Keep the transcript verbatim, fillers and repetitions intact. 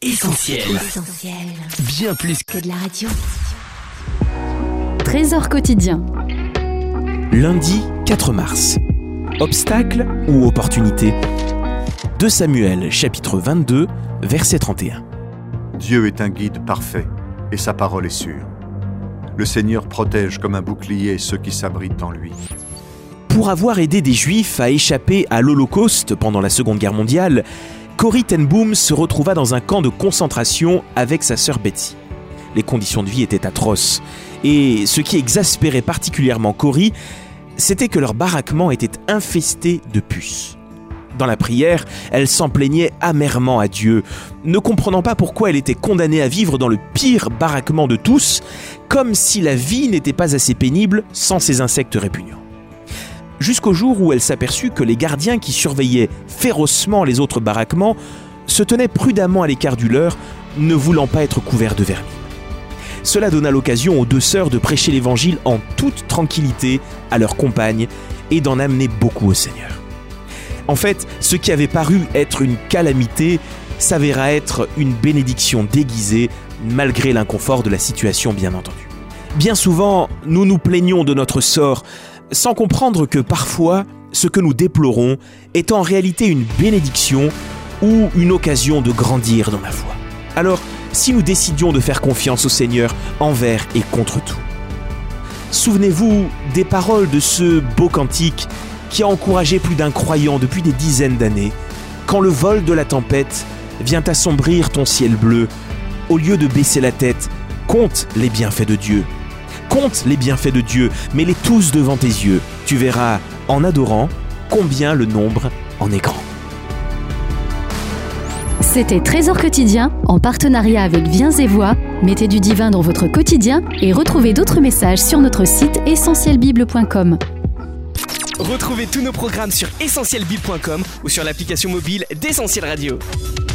Essentiel. Essentiel. Bien plus que de la radio. Trésor quotidien. Lundi quatre mars. Obstacle ou opportunité ? deux Samuel, chapitre vingt-deux, verset trente et un. Dieu est un guide parfait et sa parole est sûre. Le Seigneur protège comme un bouclier ceux qui s'abritent en lui. Pour avoir aidé des Juifs à échapper à l'Holocauste pendant la Seconde Guerre mondiale, Corrie ten Boom se retrouva dans un camp de concentration avec sa sœur Betsy. Les conditions de vie étaient atroces, et ce qui exaspérait particulièrement Corrie, c'était que leur baraquement était infesté de puces. Dans la prière, elle s'en plaignait amèrement à Dieu, ne comprenant pas pourquoi elle était condamnée à vivre dans le pire baraquement de tous, comme si la vie n'était pas assez pénible sans ces insectes répugnants. Jusqu'au jour où elle s'aperçut que les gardiens qui surveillaient férocement les autres baraquements se tenaient prudemment à l'écart du leur, ne voulant pas être couverts de vermine. Cela donna l'occasion aux deux sœurs de prêcher l'évangile en toute tranquillité à leurs compagnes et d'en amener beaucoup au Seigneur. En fait, ce qui avait paru être une calamité s'avéra être une bénédiction déguisée, malgré l'inconfort de la situation, bien entendu. Bien souvent, nous nous plaignons de notre sort, sans comprendre que parfois, ce que nous déplorons est en réalité une bénédiction ou une occasion de grandir dans la foi. Alors, si nous décidions de faire confiance au Seigneur envers et contre tout. Souvenez-vous des paroles de ce beau cantique qui a encouragé plus d'un croyant depuis des dizaines d'années. Quand le vol de la tempête vient assombrir ton ciel bleu, au lieu de baisser la tête, compte les bienfaits de Dieu. Compte les bienfaits de Dieu, mets-les tous devant tes yeux. Tu verras, en adorant, combien le nombre en est grand. C'était Trésor quotidien, en partenariat avec Viens et Voix. Mettez du divin dans votre quotidien et retrouvez d'autres messages sur notre site essentiel bible point com. Retrouvez tous nos programmes sur essentiel bible point com ou sur l'application mobile d'Essentiel Radio.